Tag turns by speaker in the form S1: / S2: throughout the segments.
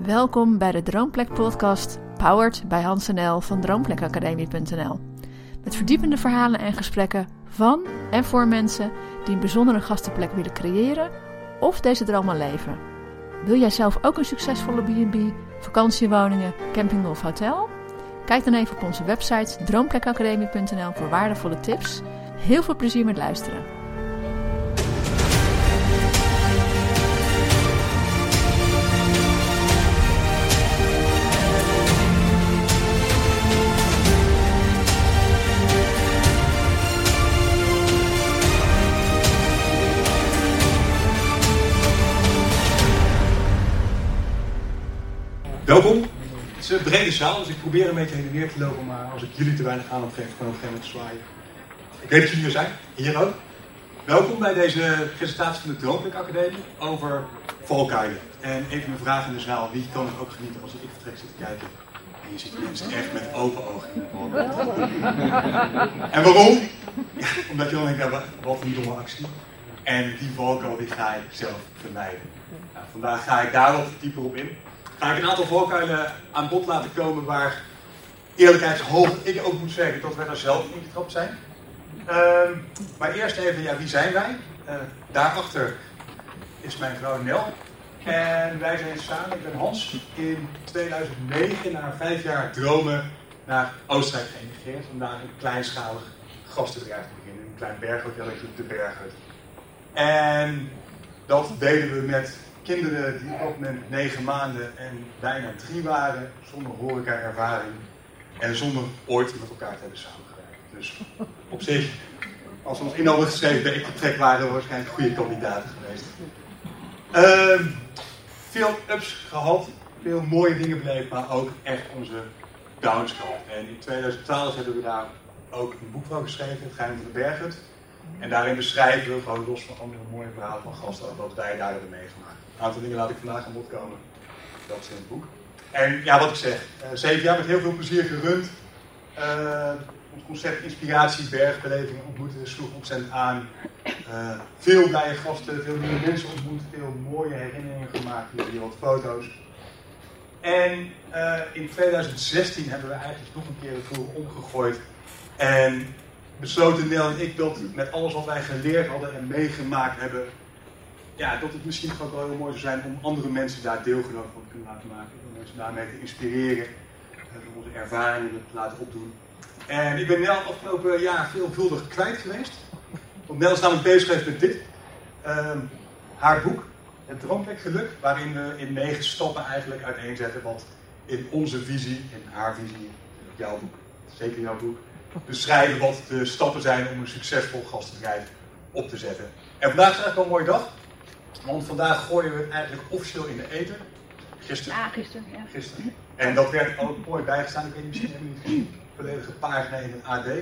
S1: Welkom bij de Droomplek podcast, powered bij Hans NL van droomplekacademie.nl. Met verdiepende verhalen en gesprekken van en voor mensen die een bijzondere gastenplek willen creëren of deze droom al leven. Wil jij zelf ook een succesvolle B&B, vakantiewoningen, camping of hotel? Kijk dan even op onze website droomplekacademie.nl voor waardevolle tips. Heel veel plezier met luisteren.
S2: Welkom. Het is een brede zaal, dus ik probeer een beetje heen en weer te lopen, maar als ik jullie te weinig aandacht geef, kan ik op een gegeven moment zwaaien. Ik weet dat jullie er zijn, hier ook. Welkom bij deze presentatie van de Droomplek Academie over valkuilen. En even een vraag in de zaal, wie kan er ook genieten als ik vertrek zit te kijken? En je ziet mensen echt met open ogen in de valkuil. En waarom? Ja, omdat je dan denkt, wat een domme actie. En die valkuil die ga ik zelf vermijden. Nou, vandaag ga ik daar wat dieper op in. Ga ik een aantal valkuilen aan bod laten komen waar eerlijkheidshalve ik ook moet zeggen dat wij daar zelf in getrapt zijn. Maar eerst even, wie zijn wij? Daarachter is mijn vrouw Nel. En wij zijn samen, ik ben Hans, in 2009 na 5 jaar dromen naar Oostenrijk geëmigreerd. Om daar een kleinschalig gastenbedrijf te beginnen. Een klein berghotelletje op de Berghut. En dat deden we met kinderen die op dat moment 9 maanden en bijna 3 waren, zonder horeca-ervaring en zonder ooit met elkaar te hebben samengewerkt. Dus op zich, als we ons in hadden geschreven bij Ik Vertrek, waren we waarschijnlijk goede kandidaten geweest. Veel ups gehad, veel mooie dingen beleefd, maar ook echt onze downs gehad. En in 2012 hebben we daar ook een boek van geschreven, Het Geheim van de Berghut. En daarin beschrijven we gewoon los van andere mooie verhalen van gasten ook wat wij daar hebben meegemaakt. Een aantal dingen laat ik vandaag aan bod komen. Dat is in het boek. En ja, wat ik zeg, 7 jaar met heel veel plezier gerund. Ons concept inspiratie, bergbelevingen ontmoeten sloeg ontzettend aan. Veel blije gasten, veel nieuwe mensen ontmoet, veel mooie herinneringen gemaakt, hier wat foto's. En in 2016 hebben we eigenlijk nog een keer de vloer omgegooid. En besloten Nel en ik dat met alles wat wij geleerd hadden en meegemaakt hebben, ja, dat het misschien ook wel heel mooi zou zijn om andere mensen daar deelgenoot van te kunnen laten maken. Om mensen daarmee te inspireren, om onze ervaringen te laten opdoen. En ik ben Nel afgelopen jaar veelvuldig kwijt geweest. Want Nel is namelijk bezig geweest met dit. Haar boek, Het Droomplek Geluk, waarin we in 9 stappen eigenlijk uiteenzetten wat in onze visie, in haar visie, jouw boek, zeker jouw boek, beschrijven wat de stappen zijn om een succesvol gastbedrijf op te zetten. En vandaag is eigenlijk wel een mooie dag. Want vandaag gooien we het eigenlijk officieel in de ether. Gisteren.
S3: Ja, gisteren. Ja.
S2: Gisteren. En dat werd ook mooi bijgestaan. Ik weet niet, misschien hebben jullie het gezien. Volledige pagina in het AD.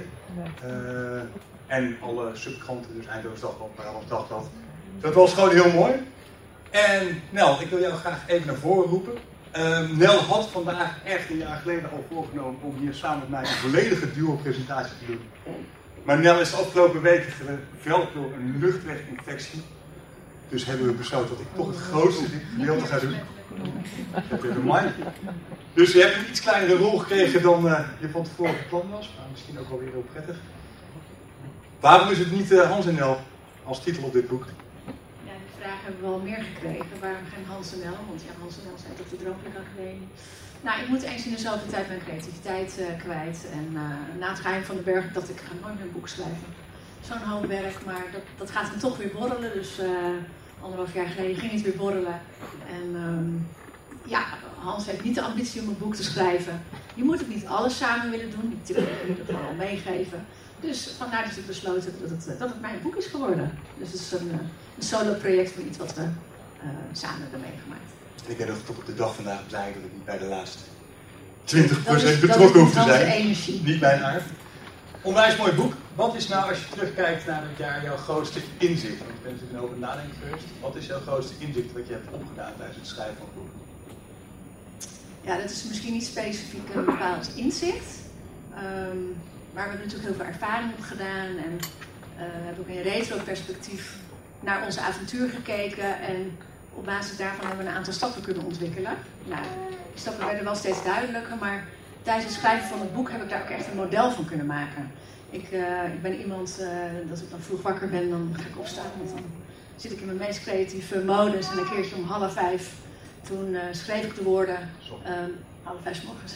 S2: En alle subkranten, dus Eindhoven Dagblad, Brabants Dagblad. Dat was gewoon heel mooi. En Nel, ik wil jou graag even naar voren roepen. Nel had vandaag echt een jaar geleden al voorgenomen om hier samen met mij een volledige duo-presentatie te doen. Maar Nel is de afgelopen weken geveld door een luchtweginfectie. Dus hebben we besloten dat ik toch het grootste gedeelte ga doen. Dat is een mind. Dus je hebt een iets kleinere rol gekregen dan je van tevoren gepland was. Maar misschien ook wel weer heel prettig. Waarom is het niet Hans en Nel als titel op dit boek?
S3: Ja, die vraag hebben we al meer gekregen. Waarom geen Hans en Nel? Want ja, Hans en Nel zijn op de Droomplek Academie. Nou, ik moet eens in dezelfde tijd mijn creativiteit kwijt. En na het Geheim van de Berg dacht ik ga nooit meer een boek schrijven. Zo'n hoop werk, maar dat gaat dan toch weer borrelen. Dus 1,5 jaar geleden ging het weer borrelen. En Hans heeft niet de ambitie om een boek te schrijven. Je moet ook niet alles samen willen doen. Natuurlijk moet ik het gewoon meegeven. Dus vandaar dat we besloten dat het mijn boek is geworden. Dus het is een solo project van iets wat we samen hebben meegemaakt.
S2: Ik ben toch op de dag vandaag blij dat ik niet bij de laatste 20% betrokken hoef te zijn.
S3: Energie.
S2: Niet mijn aard. Onwijs mooi boek. Wat is nou, als je terugkijkt naar het jaar, jouw grootste inzicht? Want je bent natuurlijk over nadenken geweest. Wat is jouw grootste inzicht wat je hebt opgedaan tijdens het schrijven van het boek?
S3: Ja, dat is misschien niet specifiek een bepaald inzicht. Maar we hebben natuurlijk heel veel ervaring op gedaan. En we hebben ook in retro-perspectief naar onze avontuur gekeken. En Op basis daarvan hebben we een aantal stappen kunnen ontwikkelen. Nou, die stappen werden wel steeds duidelijker, maar tijdens het schrijven van het boek heb ik daar ook echt een model van kunnen maken. Ik ben iemand, dat ik dan vroeg wakker ben, dan ga ik opstaan. Want dan zit ik in mijn meest creatieve modus. En een keertje om 4:30, toen schreef ik de woorden, 4:30 morgens.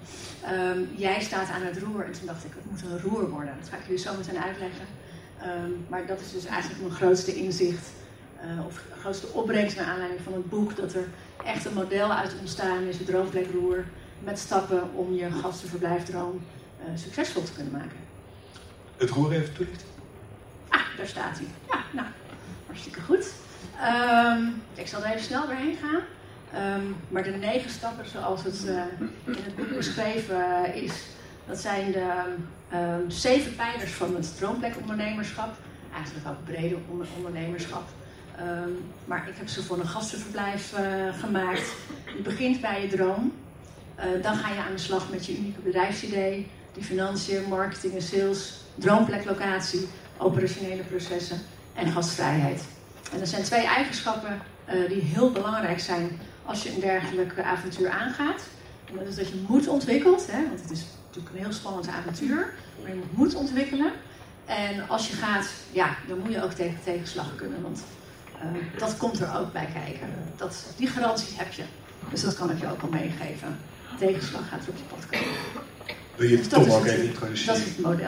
S3: Jij staat aan het roer. En toen dacht ik, het moet een roer worden. Dat ga ik jullie zo meteen uitleggen. Maar dat is dus eigenlijk mijn grootste inzicht. Of grootste opbrengst naar aanleiding van het boek. Dat er echt een model uit ontstaan is, het Droomplekroer. Met stappen om je gastenverblijfdroom succesvol te kunnen maken.
S2: Het roer even toelichten.
S3: Ah, daar staat hij. Ja, nou, hartstikke goed. Ik zal er even snel doorheen gaan. Maar de 9 stappen zoals het in het boek beschreven is, dat zijn de 7 pijlers van het droomplekondernemerschap. Eigenlijk ook brede ondernemerschap. Maar ik heb ze voor een gastenverblijf gemaakt. Je begint bij je droom. Dan ga je aan de slag met je unieke bedrijfsidee. Die financiën, marketing en sales, droompleklocatie, operationele processen en gastvrijheid. En er zijn 2 eigenschappen die heel belangrijk zijn als je een dergelijk avontuur aangaat. En dat is dat je moed ontwikkelt, hè, want het is natuurlijk een heel spannend avontuur. Maar je moet moed ontwikkelen. En als je gaat, ja, dan moet je ook tegen tegenslag kunnen. Want dat komt er ook bij kijken. Die garantie heb je. Dus dat kan ik je ook al meegeven. Tegenslag gaat er op je pad komen.
S2: Wil je Tom ook even introduceren?
S3: Dat is het model.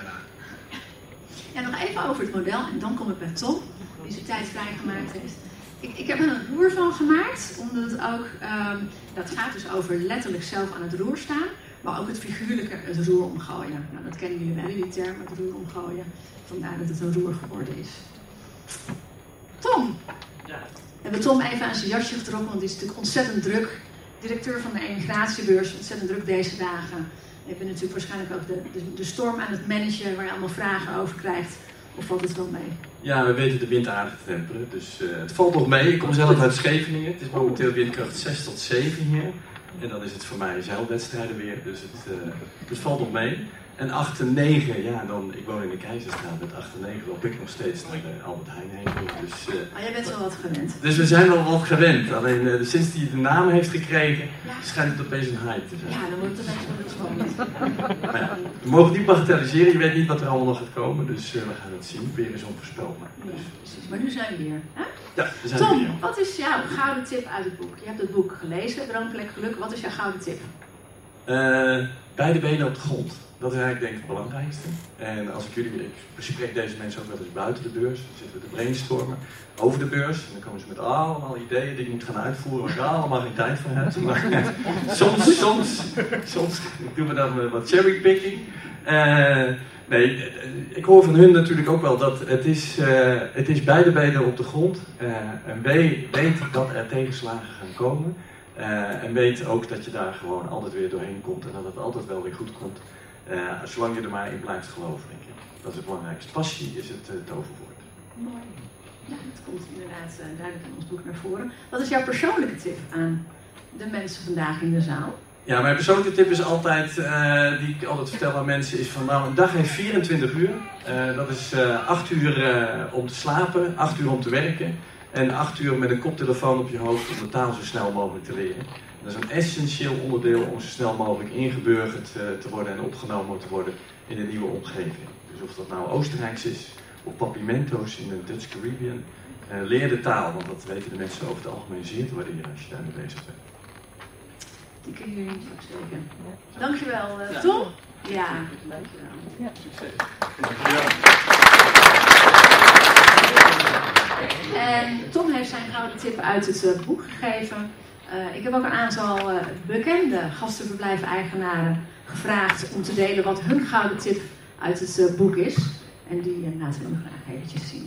S3: Ja, nog even over het model. En dan kom ik bij Tom, die zijn tijd vrijgemaakt heeft. Ik heb er een roer van gemaakt, omdat het ook, dat gaat dus over letterlijk zelf aan het roer staan, maar ook het figuurlijke, het roer omgooien. Nou, dat kennen jullie wel, die term, het roer omgooien. Vandaar dat het een roer geworden is. Tom! Ja. We hebben Tom even aan zijn jasje getrokken, want die is natuurlijk ontzettend druk. Directeur van de emigratiebeurs, ontzettend druk deze dagen. Ik ben natuurlijk waarschijnlijk ook de storm aan het managen, waar je allemaal vragen over krijgt. Of valt het wel mee?
S4: Ja, we weten de wind aardig te temperen, dus het valt nog mee. Ik kom zelf uit Scheveningen. Het is momenteel windkracht 6 tot 7 hier. En dan is het voor mij zeilwedstrijden weer, dus het valt nog mee. En 8 en 9, ja, ik woon in de Keizerstraat. Met 8 en 9 loop ik nog steeds naar de Albert Heijn heen. Dus,
S3: jij bent wel wat gewend.
S4: Dus we zijn wel wat gewend. Alleen sinds hij de naam heeft gekregen, schijnt het opeens een hype te zijn.
S3: Ja, dan wordt het opeens wel spannend.
S4: Maar ja, we mogen niet bagatelliseren. Je weet niet wat er allemaal nog gaat komen. Dus we gaan het zien. Weer eens onvoorspelbaar.
S3: Ja, precies. Maar nu zijn we hier. Hè?
S4: Ja, we zijn
S3: Tom,
S4: hier.
S3: wat is jouw gouden tip uit het boek? Je hebt het boek gelezen, Droomplek Geluk. Wat is jouw gouden tip?
S4: Beide benen op de grond. Dat is eigenlijk denk ik het belangrijkste. En als ik bespreek deze mensen ook wel eens buiten de beurs. Dan zitten we te brainstormen over de beurs. En dan komen ze met allemaal ideeën die ik moet gaan uitvoeren waar ik allemaal geen tijd voor heb. Maar soms doen we dan wat cherrypicking. Nee, ik hoor van hun natuurlijk ook wel dat het is beide benen op de grond. En weet dat er tegenslagen gaan komen. En weet ook dat je daar gewoon altijd weer doorheen komt en dat het altijd wel weer goed komt. Zolang je er maar in blijft geloven, denk ik. Dat is het belangrijkste. Passie is het toverwoord.
S3: Mooi. Ja, dat komt inderdaad duidelijk in ons boek naar voren. Wat is jouw persoonlijke tip aan de mensen vandaag in de zaal?
S4: Ja, mijn persoonlijke tip is altijd, die ik altijd vertel aan mensen, is van nou, een dag heeft 24 uur. Dat is 8 uur om te slapen, 8 uur om te werken. En 8 uur met een koptelefoon op je hoofd om de taal zo snel mogelijk te leren. Dat is een essentieel onderdeel om zo snel mogelijk ingeburgerd te worden en opgenomen te worden in een nieuwe omgeving. Dus of dat nou Oostenrijks is of Papimento's in de Dutch Caribbean, leer de taal, want dat weten de mensen over het algemeen zeer te waarderen als je daarmee bezig bent.
S3: Die kunnen jullie niet opsteken. Dankjewel, Tom. Ja, dankjewel.
S1: Ja.
S2: Succes.
S3: En Tom heeft zijn gouden tip uit het boek gegeven. Ik heb ook een aantal bekende gastenverblijf-eigenaren gevraagd om te delen wat hun gouden tip uit het boek is. En die laten we hem graag eventjes zien.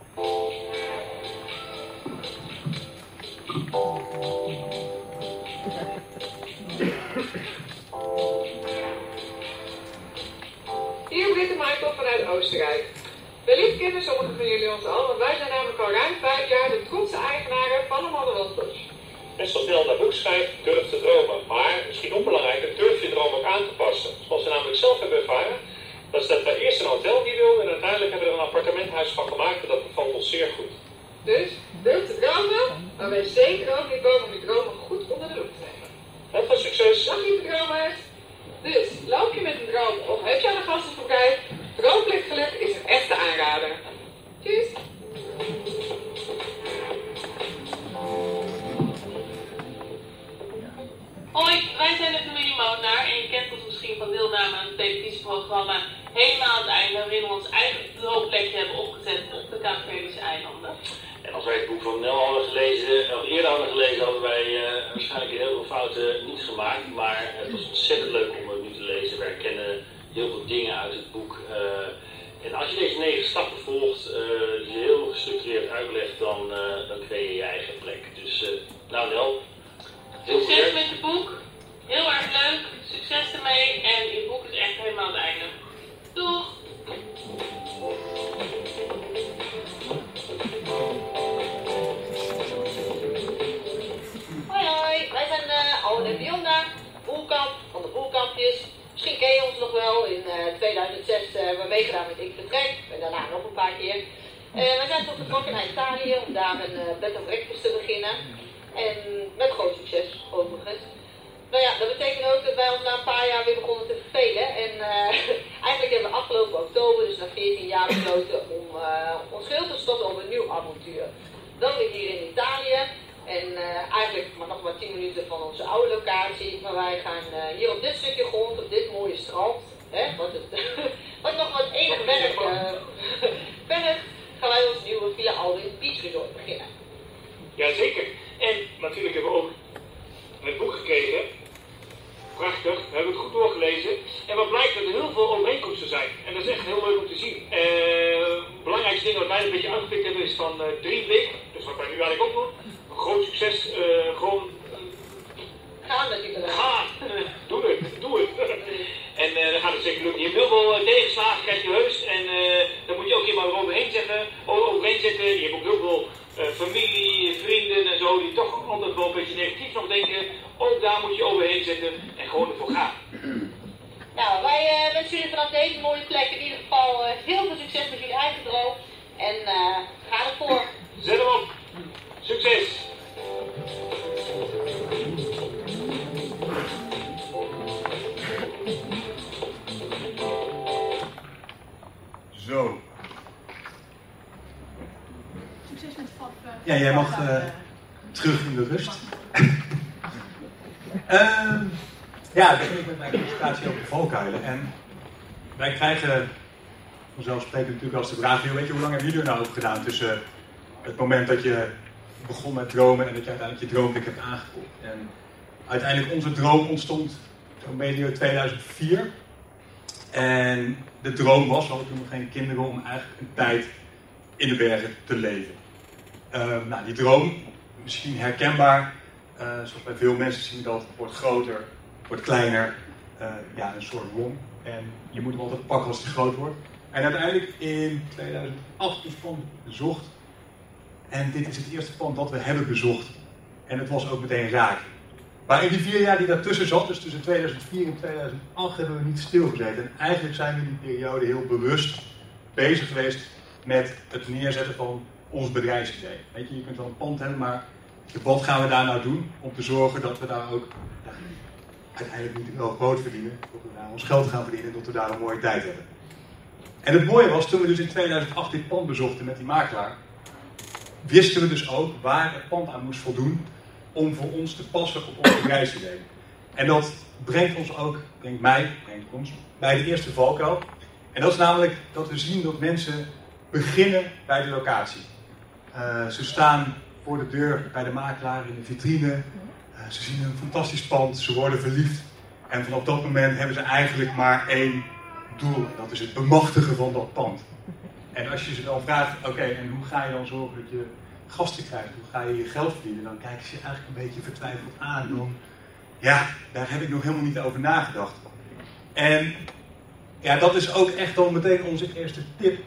S5: Hier Britt Michael vanuit Oostenrijk. Wellicht kennen sommigen van jullie ons al, want wij zijn namelijk al ruim 5 jaar de trotse eigenaren van de Modderland Lodge.
S6: En zo snel dat boek schrijft, durf te dromen. Maar, misschien onbelangrijker, durf je droom ook aan te passen. Zoals we namelijk zelf hebben ervaren, dat is dat we eerst een hotel die wilden en uiteindelijk hebben we er een appartementhuis van gemaakt en dat bevalt ons zeer goed.
S5: Dus, durf te dromen, maar wij zeker ook niet bang om die dromen goed onder de loep te nemen. Heel veel succes! Dag lieve dromers! Dus, loop je met een droom of heb je aan een gastenverblijf? Droomplek Geluk is een echte aanrader. Tjus!
S7: Hoi, wij zijn de familie Molenaar en je kent ons misschien van deelname aan het televisieprogramma Helemaal aan het Einde, waarin we ons eigen droomplekje hebben opgezet op de Kaapverdische eilanden.
S6: En als wij het boek van Nel hadden gelezen, of eerder hadden gelezen, hadden wij waarschijnlijk heel veel fouten niet gemaakt. Maar het was ontzettend leuk om het nu te lezen. We herkennen heel veel dingen uit het boek. En als je deze 9 stappen volgt, die je heel gestructureerd uitlegt, dan creëer je je eigen plek. Dus nou Nel, heel
S7: succes met je boek. Heel erg leuk. Succes ermee. En je boek is echt helemaal aan het einde. Doeg!
S8: Hoi, wij zijn Owen en Dionda, Boelkamp van de Boelkampjes. Misschien ken je ons nog wel. In 2006 hebben we meegedaan met Ik Vertrek en daarna nog een paar keer. Wij zijn toch vertrokken naar Italië om daar een bed and breakfast te beginnen. En met groot succes, overigens. Nou ja, dat betekent ook dat wij ons na een paar jaar weer begonnen te vervelen. En eigenlijk hebben we afgelopen oktober, dus na 14 jaar, besloten om ons geheel te stoppen op een nieuw avontuur. Dan weer hier in Italië. En eigenlijk maar nog maar 10 minuten van onze oude locatie. Maar wij gaan hier op dit stukje grond, op dit mooie strand, wat nog wat enig werk vergt, gaan wij ons nieuwe Villa Alwin Beach Resort beginnen.
S6: Jazeker. En natuurlijk hebben we ook het boek gekregen. Prachtig, we hebben het goed doorgelezen. En wat blijkt dat er heel veel overeenkomsten zijn. En dat is echt heel leuk om te zien. Het belangrijkste ding wat wij een beetje uitgepikt hebben is van 3 blik. Dus wat wij nu eigenlijk ook doen. Een groot succes, gewoon...
S8: Gaan natuurlijk.
S6: Gaan! Doe het. En dan gaat het zeker lukken. Je hebt heel veel tegenslagen, krijg je heus. En dan moet je ook iemand overheen zetten. Je hebt ook heel veel familie, vrienden en zo, die toch altijd wel een beetje negatief nog denken. Ook daar moet je overheen zetten en gewoon ervoor gaan.
S8: Nou, wij wensen jullie vanaf deze mooie plek in ieder geval heel veel succes met jullie eigen droom. En ga ervoor.
S6: Zet hem op. Succes!
S2: Zo.
S3: Succes met Fab.
S2: Ja, jij mag terug in de rust. Ja, dan begin ik met mijn presentatie over de valkuilen. En wij krijgen vanzelfsprekend natuurlijk als de vraag, weet je, hoe lang hebben jullie er nou over gedaan tussen het moment dat je begon met dromen en dat je uiteindelijk je droomplek hebt aangekocht. En uiteindelijk onze droom ontstond zo'n medio 2004. En de droom was, we hadden toen nog geen kinderen, om eigenlijk een tijd in de bergen te leven. Die droom, misschien herkenbaar, zoals bij veel mensen zien dat, wordt groter, wordt kleiner, een soort wom. En je moet hem altijd pakken als hij groot wordt. En uiteindelijk in 2008 ons pand bezocht. En dit is het eerste pand dat we hebben bezocht. En het was ook meteen raak. Maar in die 4 jaar die daartussen zat, dus tussen 2004 en 2008, hebben we niet stilgezeten. En eigenlijk zijn we in die periode heel bewust bezig geweest met het neerzetten van ons bedrijfsidee. Weet je kunt wel een pand hebben, maar wat gaan we daar nou doen om te zorgen dat we daar ook uiteindelijk niet wel brood verdienen, dat we daar ons geld gaan verdienen en dat we daar een mooie tijd hebben. En het mooie was, toen we dus in 2008 dit pand bezochten met die makelaar, wisten we dus ook waar het pand aan moest voldoen om voor ons te passen op ons bedrijfsidee. En dat brengt ons bij de eerste valkuil. En dat is namelijk dat we zien dat mensen beginnen bij de locatie. Ze staan voor de deur bij de makelaar in de vitrine. Ze zien een fantastisch pand, ze worden verliefd. En vanaf dat moment hebben ze eigenlijk maar 1 doel. En dat is het bemachtigen van dat pand. En als je ze dan vraagt, oké, en hoe ga je dan zorgen dat je gasten krijgt? Hoe ga je je geld verdienen? Dan kijken ze je eigenlijk een beetje vertwijfeld aan. Dan, daar heb ik nog helemaal niet over nagedacht. En dat is ook echt dan meteen onze eerste tip.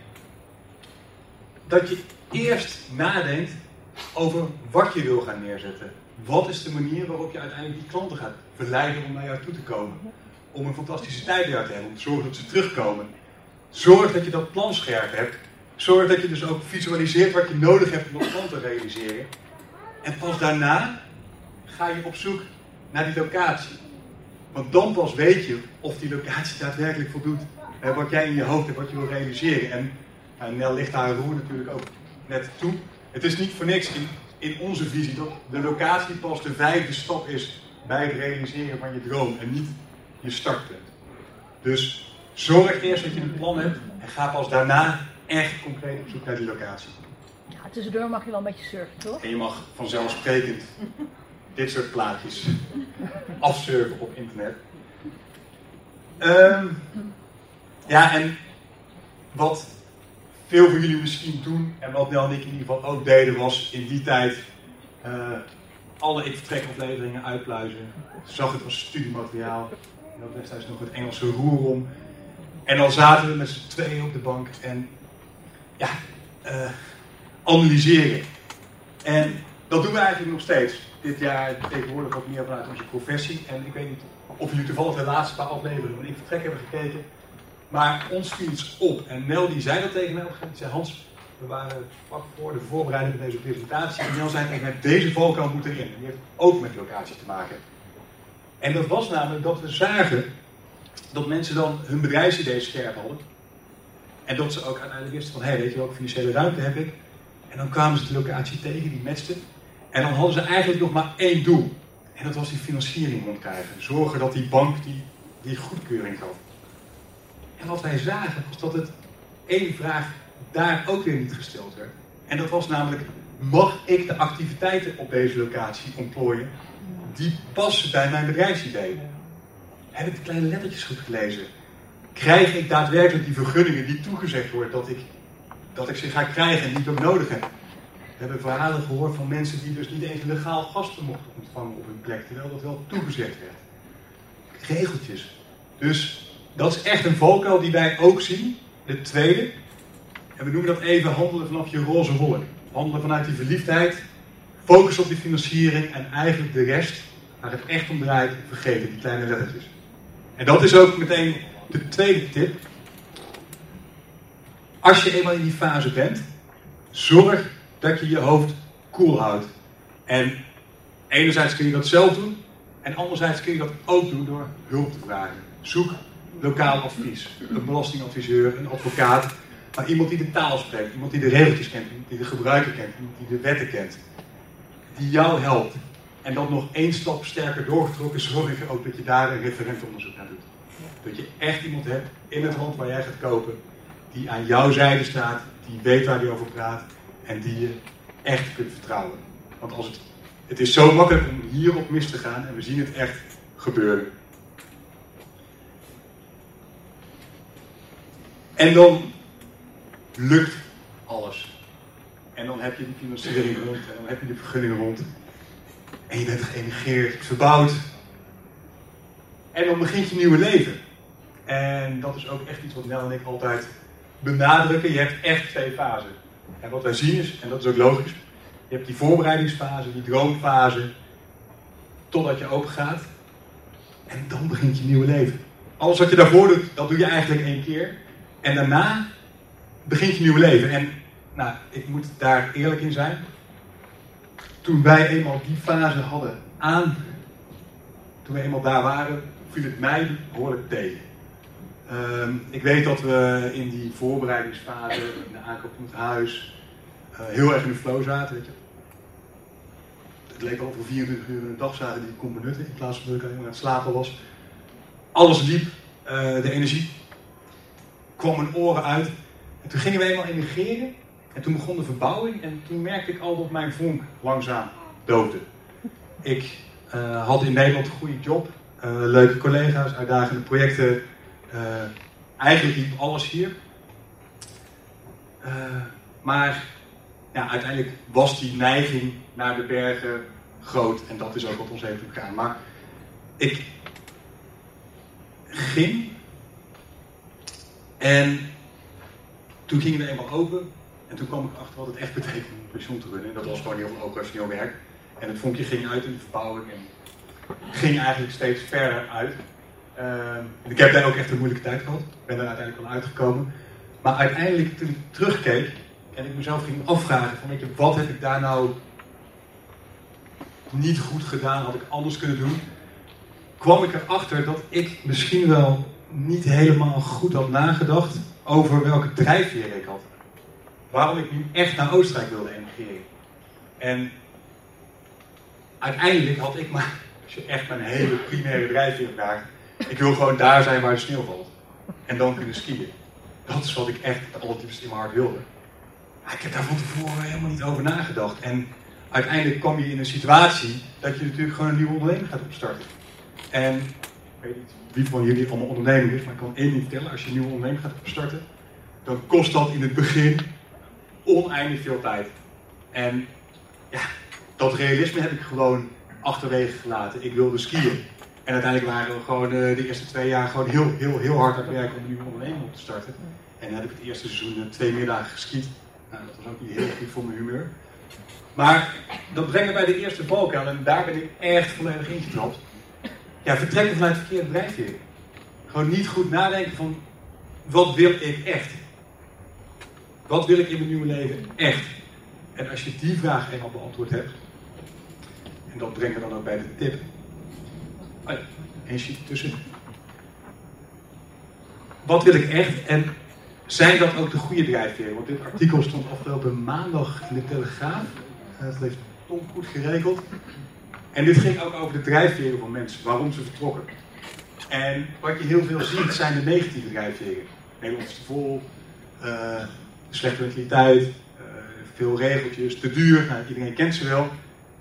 S2: Dat je eerst nadenkt over wat je wil gaan neerzetten. Wat is de manier waarop je uiteindelijk die klanten gaat verleiden om naar jou toe te komen? Om een fantastische tijd bij jou te hebben, om te zorgen dat ze terugkomen. Zorg dat je dat plan scherp hebt. Zorg dat je dus ook visualiseert wat je nodig hebt om dat plan te realiseren. En pas daarna ga je op zoek naar die locatie. Want dan pas weet je of die locatie daadwerkelijk voldoet aan wat jij in je hoofd hebt, wat je wil realiseren. En Nel ligt haar roer natuurlijk ook net toe. Het is niet voor niks in onze visie dat de locatie pas de 5e stap is bij het realiseren van je droom en niet je startpunt. Dus zorg eerst dat je een plan hebt en ga pas daarna echt concreet op zoek naar die locatie.
S1: Ja, tussendoor mag je wel een beetje surfen, toch?
S2: En je mag vanzelfsprekend dit soort plaatjes afsurfen op internet. Ja, en wat veel van jullie misschien doen, en wat Nel en ik in ieder geval ook deden, was in die tijd alle Ik Vertrek afleveringen uitpluizen. Ik zag het als studiemateriaal. En dat destijds nog het Engelse roer om. En dan zaten we met z'n tweeën op de bank en ja, analyseren. En dat doen we eigenlijk nog steeds. Dit jaar tegenwoordig wat meer vanuit onze professie. En ik weet niet of jullie toevallig de laatste paar afleveringen van Ik Vertrek hebben gekeken. Maar ons viel iets op. En Nel die zei dat tegen mij op een gegeven moment. Zei Hans, we waren vlak voor de voorbereiding van deze presentatie. En Nel zei tegen mij, deze valkuil moet erin. En die heeft ook met locaties te maken. En dat was namelijk dat we zagen dat mensen dan hun bedrijfsidee scherp hadden. En dat ze ook uiteindelijk wisten van, weet je welke financiële ruimte heb ik? En dan kwamen ze de locatie tegen, die matchte. En dan hadden ze eigenlijk nog maar één doel. En dat was die financiering rondkrijgen. Zorgen dat die bank die goedkeuring gaf. En wat wij zagen was dat het één vraag daar ook weer niet gesteld werd. En dat was namelijk, mag ik de activiteiten op deze locatie ontplooien die passen bij mijn bedrijfsidee? Heb ik de kleine lettertjes goed gelezen? Krijg ik daadwerkelijk die vergunningen die toegezegd wordt dat ik ze ga krijgen en die ik ook nodig heb? We hebben verhalen gehoord van mensen die dus niet eens legaal gasten mochten ontvangen op hun plek, terwijl dat wel toegezegd werd. Regeltjes. Dus dat is echt een valkuil die wij ook zien. De tweede, en we noemen dat even handelen vanaf je roze wolk. Handelen vanuit die verliefdheid, focus op die financiering en eigenlijk de rest, waar het echt om draait, vergeten, die kleine lettertjes. En dat is ook meteen de tweede tip. Als je eenmaal in die fase bent, zorg dat je je hoofd koel houdt. En enerzijds kun je dat zelf doen, en anderzijds kun je dat ook doen door hulp te vragen. Zoek lokaal advies, een belastingadviseur, een advocaat, maar iemand die de taal spreekt, iemand die de regeltjes kent, iemand die de gebruiker kent, iemand die de wetten kent, die jou helpt. En dan nog één stap sterker doorgetrokken, zorg je ook dat je daar een referentenonderzoek naar doet. Dat je echt iemand hebt in het land waar jij gaat kopen, die aan jouw zijde staat, die weet waar hij over praat en die je echt kunt vertrouwen. Want het is zo makkelijk om hierop mis te gaan en we zien het echt gebeuren. En dan lukt alles. En dan heb je die financiering rond en dan heb je de vergunningen rond. En je bent geëmigreerd, verbouwd. En dan begint je nieuwe leven. En dat is ook echt iets wat Nel en ik altijd benadrukken. Je hebt echt twee fasen. En wat wij zien is, en dat is ook logisch, je hebt die voorbereidingsfase, die droomfase, totdat je open gaat. En dan begint je nieuwe leven. Alles wat je daarvoor doet, dat doe je eigenlijk 1 keer. En daarna begint je nieuwe leven. En nou, ik moet daar eerlijk in zijn. Toen wij eenmaal die fase hadden toen we eenmaal daar waren, viel het mij behoorlijk tegen. Ik weet dat we in die voorbereidingsfase, in de aankoop van het huis, heel erg in de flow zaten. Weet je. Het leek al over 24 uur in de dag zaten die ik kon benutten, in plaats van dat ik alleen maar aan het slapen was. Alles liep, de energie kwam mijn oren uit. En toen gingen we eenmaal emigreren. En toen begon de verbouwing. En toen merkte ik al dat mijn vonk langzaam doofde. Ik had in Nederland een goede job. Leuke collega's, uitdagende projecten. Eigenlijk liep alles hier. Maar ja, uiteindelijk was die neiging naar de bergen groot. En dat is ook wat ons heeft gegaan. Maar ik ging. En toen gingen we eenmaal open. En toen kwam ik achter wat het echt betekent om een pensioen te runnen. En dat was gewoon heel veel operationeel werk. En het vonkje ging uit in de verbouwing. En ging eigenlijk steeds verder uit. En ik heb daar ook echt een moeilijke tijd gehad. Ik ben er uiteindelijk wel uitgekomen. Maar uiteindelijk toen ik terugkeek. En ik mezelf ging afvragen van, weet je, wat heb ik daar nou niet goed gedaan, had ik anders kunnen doen. Kwam ik erachter dat ik misschien wel niet helemaal goed had nagedacht over welke drijfveer ik had. Waarom ik nu echt naar Oostenrijk wilde emigreren. En uiteindelijk had ik maar, als je echt mijn hele primaire drijfveer vraagt, ik wil gewoon daar zijn waar de sneeuw valt. En dan kunnen skiën. Dat is wat ik echt het allerdiepst in mijn hart wilde. Maar ik heb daar van tevoren helemaal niet over nagedacht. En uiteindelijk kwam je in een situatie dat je natuurlijk gewoon een nieuwe onderneming gaat opstarten. En ik weet niet wie van jullie allemaal ondernemer is, maar ik kan één ding vertellen. Als je een nieuwe onderneming gaat opstarten, dan kost dat in het begin oneindig veel tijd. En ja, dat realisme heb ik gewoon achterwege gelaten. Ik wilde skiën. En uiteindelijk waren we gewoon de eerste 2 jaar gewoon heel hard aan het werken om een nieuwe onderneming op te starten. En dan heb ik het eerste seizoen 2 middagen geskiet. Nou, dat was ook niet heel goed voor mijn humeur. Maar dat brengt me bij de eerste valkuil en daar ben ik echt volledig ingetrapt. Ja, vertrekken vanuit verkeerde drijfveer. Gewoon niet goed nadenken van, wat wil ik echt? Wat wil ik in mijn nieuwe leven echt? En als je die vraag eenmaal beantwoord hebt, en dat brengt me dan ook bij de tip. Oh ja, één sheet tussen. Wat wil ik echt en zijn dat ook de goede drijfveren? Want dit artikel stond afgelopen maandag in de Telegraaf. Dat heeft Tom goed geregeld. En dit ging ook over de drijfveren van mensen, waarom ze vertrokken. En wat je heel veel ziet zijn de negatieve drijfveren. Nederland is te vol, slechte mentaliteit, veel regeltjes, te duur. Nou, iedereen kent ze wel.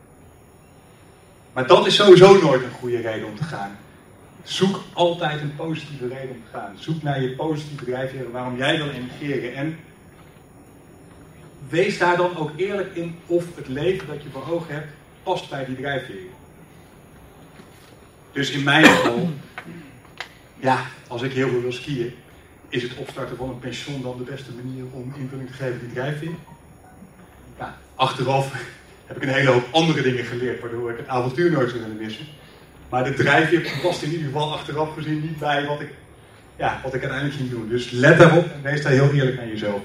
S2: Maar dat is sowieso nooit een goede reden om te gaan. Zoek altijd een positieve reden om te gaan. Zoek naar je positieve drijfveren waarom jij wil emigreren. En wees daar dan ook eerlijk in of het leven dat je voor ogen hebt past bij die drijfveren. Dus in mijn geval, ja, als ik heel veel wil skiën, is het opstarten van een pension dan de beste manier om invulling te geven aan die drijfveer. Ja, achteraf heb ik een hele hoop andere dingen geleerd, waardoor ik het avontuur nooit zou willen missen. Maar de drijfveer past in ieder geval achteraf gezien niet bij wat ik uiteindelijk ging doen. Dus let daarop en wees daar heel eerlijk aan jezelf.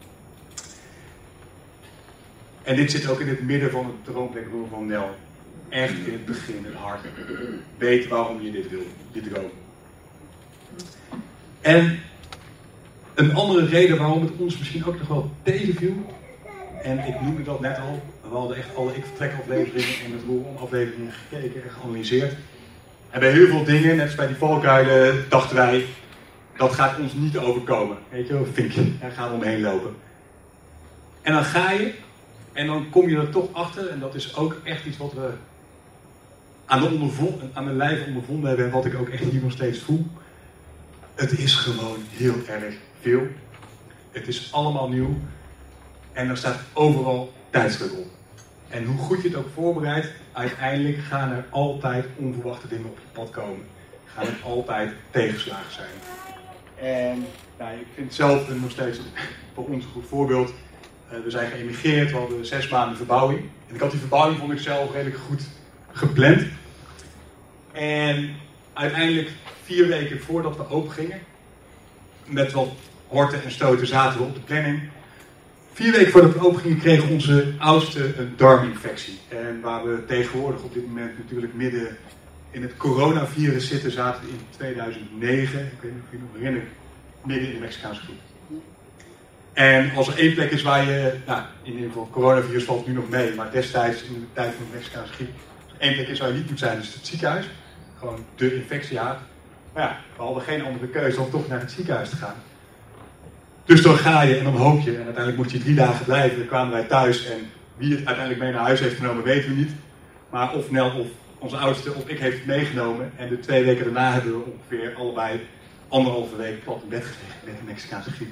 S2: En dit zit ook in het midden van het droomplekroer van Nel. Echt in het begin, het hart. Weet waarom je dit wil, die droom. En een andere reden waarom het ons misschien ook nog wel tegenviel. En ik noemde dat net al. We hadden echt alle ik-vertrek-afleveringen en het roer-om-afleveringen gekeken en geanalyseerd. En bij heel veel dingen, net als bij die valkuilen, dachten wij, dat gaat ons niet overkomen. Weet je wel, vinkje, daar gaan we omheen lopen. En dan ga je, en dan kom je er toch achter, en dat is ook echt iets wat we aan mijn lijf ondervonden hebben en wat ik ook echt hier nog steeds voel. Het is gewoon heel erg veel. Het is allemaal nieuw. En er staat overal tijdsdruk op. En hoe goed je het ook voorbereidt, uiteindelijk gaan er altijd onverwachte dingen op je pad komen. Gaan er altijd tegenslagen zijn. En nou, ik vind zelf nog steeds voor ons een goed voorbeeld. We zijn geëmigreerd, we hadden 6 maanden verbouwing. En ik had die verbouwing, vond ik zelf, redelijk goed gepland. En uiteindelijk 4 weken voordat we open gingen, met wat horten en stoten zaten we op de planning. 4 weken voordat we open gingen kregen onze oudste een darminfectie. En waar we tegenwoordig op dit moment natuurlijk midden in het coronavirus zitten, zaten we in 2009, ik weet niet of je nog herinnert, midden in de Mexicaanse griep. En als er één plek is waar je, nou in ieder geval coronavirus valt nu nog mee, maar destijds in de tijd van de Mexicaanse griep, als er één plek is waar je niet moet zijn, is het ziekenhuis. Gewoon de infectiehaard. Maar ja, we hadden geen andere keuze dan toch naar het ziekenhuis te gaan. Dus dan ga je en dan hoop je. En uiteindelijk moet je 3 dagen blijven. Dan kwamen wij thuis. En wie het uiteindelijk mee naar huis heeft genomen, weten we niet. Maar of Nel of onze oudste of ik heeft het meegenomen. En de 2 weken daarna hebben we ongeveer allebei 1,5 week plat in bed gelegen met de Mexicaanse griep.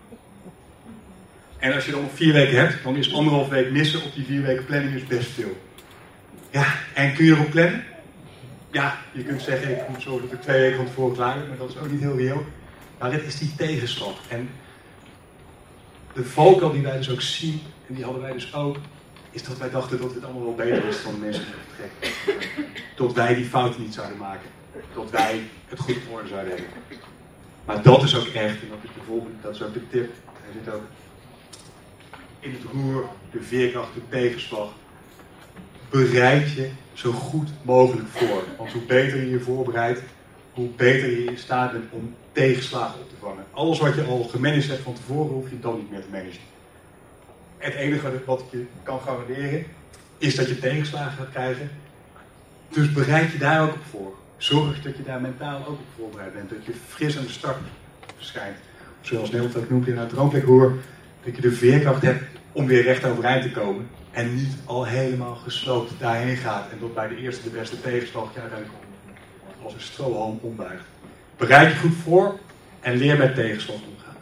S2: En als je dan nog 4 weken hebt, dan is 1,5 week missen op die 4 weken planning is best veel. Ja, en kun je erop plannen? Ja, je kunt zeggen, ik moet zorgen dat ik 2 weken van tevoren klaar ben, maar dat is ook niet heel reëel. Maar dit is die tegenslag. En de valkuil die wij dus ook zien, en die hadden wij dus ook, is dat wij dachten dat dit allemaal wel beter is dan de mensen die vertrekken. Dat wij die fouten niet zouden maken. Dat wij het goed op orde zouden hebben. Maar dat is ook echt, en dat is bijvoorbeeld, dat is ook de tip, hij zit ook in het roer, de veerkracht, de tegenslag. bereid je zo goed mogelijk voor. Want hoe beter je je voorbereidt, hoe beter je in staat bent om tegenslagen op te vangen. Alles wat je al gemanaged hebt van tevoren, hoef je dan niet meer te managen. Het enige wat ik je kan garanderen, is dat je tegenslagen gaat krijgen. Dus bereid je daar ook op voor. Zorg dat je daar mentaal ook op voorbereid bent. Dat je fris aan de start verschijnt. Zoals Nederland ook noemt in het droomplekhoer. Dat je de veerkracht hebt om weer recht overeind te komen. En niet al helemaal gesloopt daarheen gaat. En dat bij de eerste de beste tegenslag je uiteindelijk als een strohalm ombuigt. Bereid je goed voor en leer met tegenslag omgaan.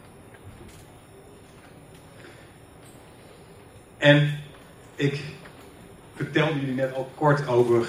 S2: En ik vertelde jullie net al kort over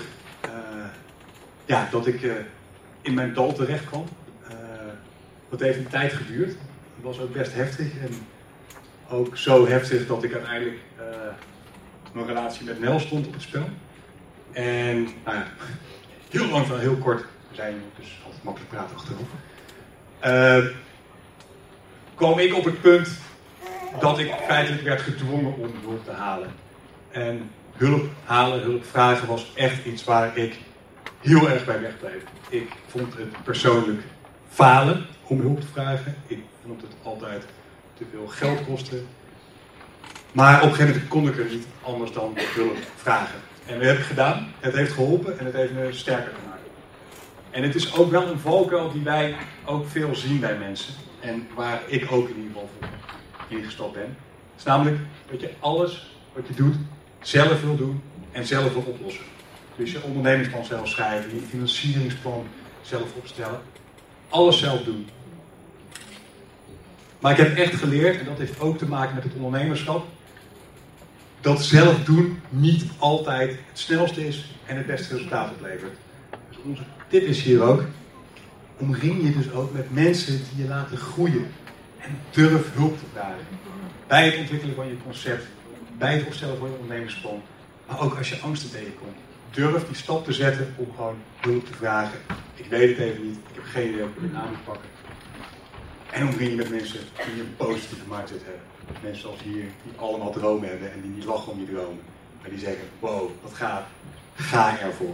S2: dat ik in mijn dal terecht kwam. Dat heeft een tijd geduurd. Het was ook best heftig. En ook zo heftig dat ik uiteindelijk mijn relatie met Nel stond op het spel. En heel lang van heel kort, we zijn dus altijd makkelijk praten achterop. Kwam ik op het punt dat ik feitelijk werd gedwongen om hulp te halen. En hulp halen, hulp vragen was echt iets waar ik heel erg bij wegbleef. Ik vond het persoonlijk falen om hulp te vragen. Ik vond het altijd te veel geld kosten. Maar op een gegeven moment kon ik er niet anders dan hulp vragen. En dat heb ik gedaan. Het heeft geholpen en het heeft me sterker gemaakt. En het is ook wel een valkuil die wij ook veel zien bij mensen. En waar ik ook in ieder geval voor ingestapt ben. Het is namelijk dat je alles wat je doet zelf wil doen en zelf wil oplossen. Dus je ondernemingsplan zelf schrijven, je financieringsplan zelf opstellen. Alles zelf doen. Maar ik heb echt geleerd, en dat heeft ook te maken met het ondernemerschap, dat zelf doen niet altijd het snelste is en het beste resultaat oplevert. Dus onze tip is hier ook, omring je dus ook met mensen die je laten groeien. En durf hulp te vragen. Bij het ontwikkelen van je concept, bij het opstellen van je ondernemingsplan, maar ook als je angsten tegenkomt. Durf die stap te zetten om gewoon hulp te vragen. Ik weet het even niet, ik heb geen idee hoe ik het aan moet pakken. En omring je met mensen die een positieve mindset hebben. Mensen zoals hier, die allemaal dromen hebben en die niet lachen om die dromen. Maar die zeggen, wow, wat gaaf, ga ervoor.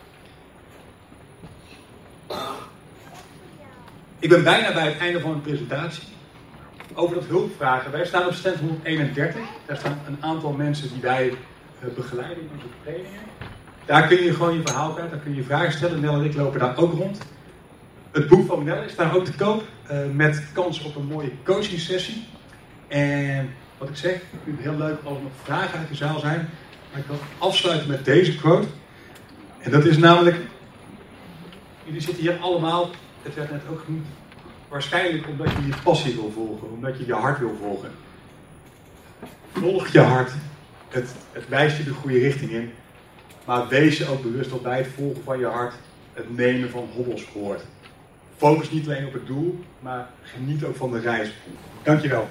S2: Ik ben bijna bij het einde van een presentatie. Over dat hulpvragen. Wij staan op stand 131. Daar staan een aantal mensen die wij begeleiden in onze trainingen. Daar kun je gewoon je verhaal kwijt, daar kun je vragen stellen. Nel en ik lopen daar ook rond. Het boek van Nel is daar ook te koop. Met kans op een mooie coaching sessie. En wat ik zeg, ik vind het heel leuk als er nog vragen uit de zaal zijn. Maar ik wil afsluiten met deze quote. En dat is namelijk, jullie zitten hier allemaal, het werd net ook genoemd, waarschijnlijk omdat je je passie wil volgen, omdat je je hart wil volgen. Volg je hart. Het wijst je de goede richting in. Maar wees je ook bewust dat bij het volgen van je hart het nemen van hobbels hoort. Focus niet alleen op het doel, maar geniet ook van de reis. Dankjewel.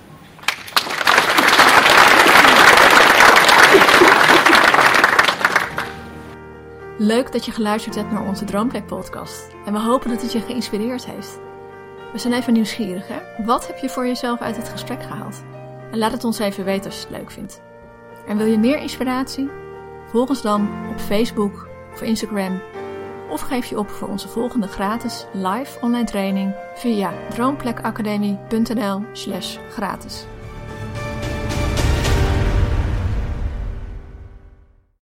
S1: Leuk dat je geluisterd hebt naar onze Droomplek podcast. En we hopen dat het je geïnspireerd heeft. We zijn even nieuwsgierig, hè? Wat heb je voor jezelf uit het gesprek gehaald? En laat het ons even weten als je het leuk vindt. En wil je meer inspiratie? Volg ons dan op Facebook of Instagram. Of geef je op voor onze volgende gratis live online training via droomplekacademie.nl/gratis.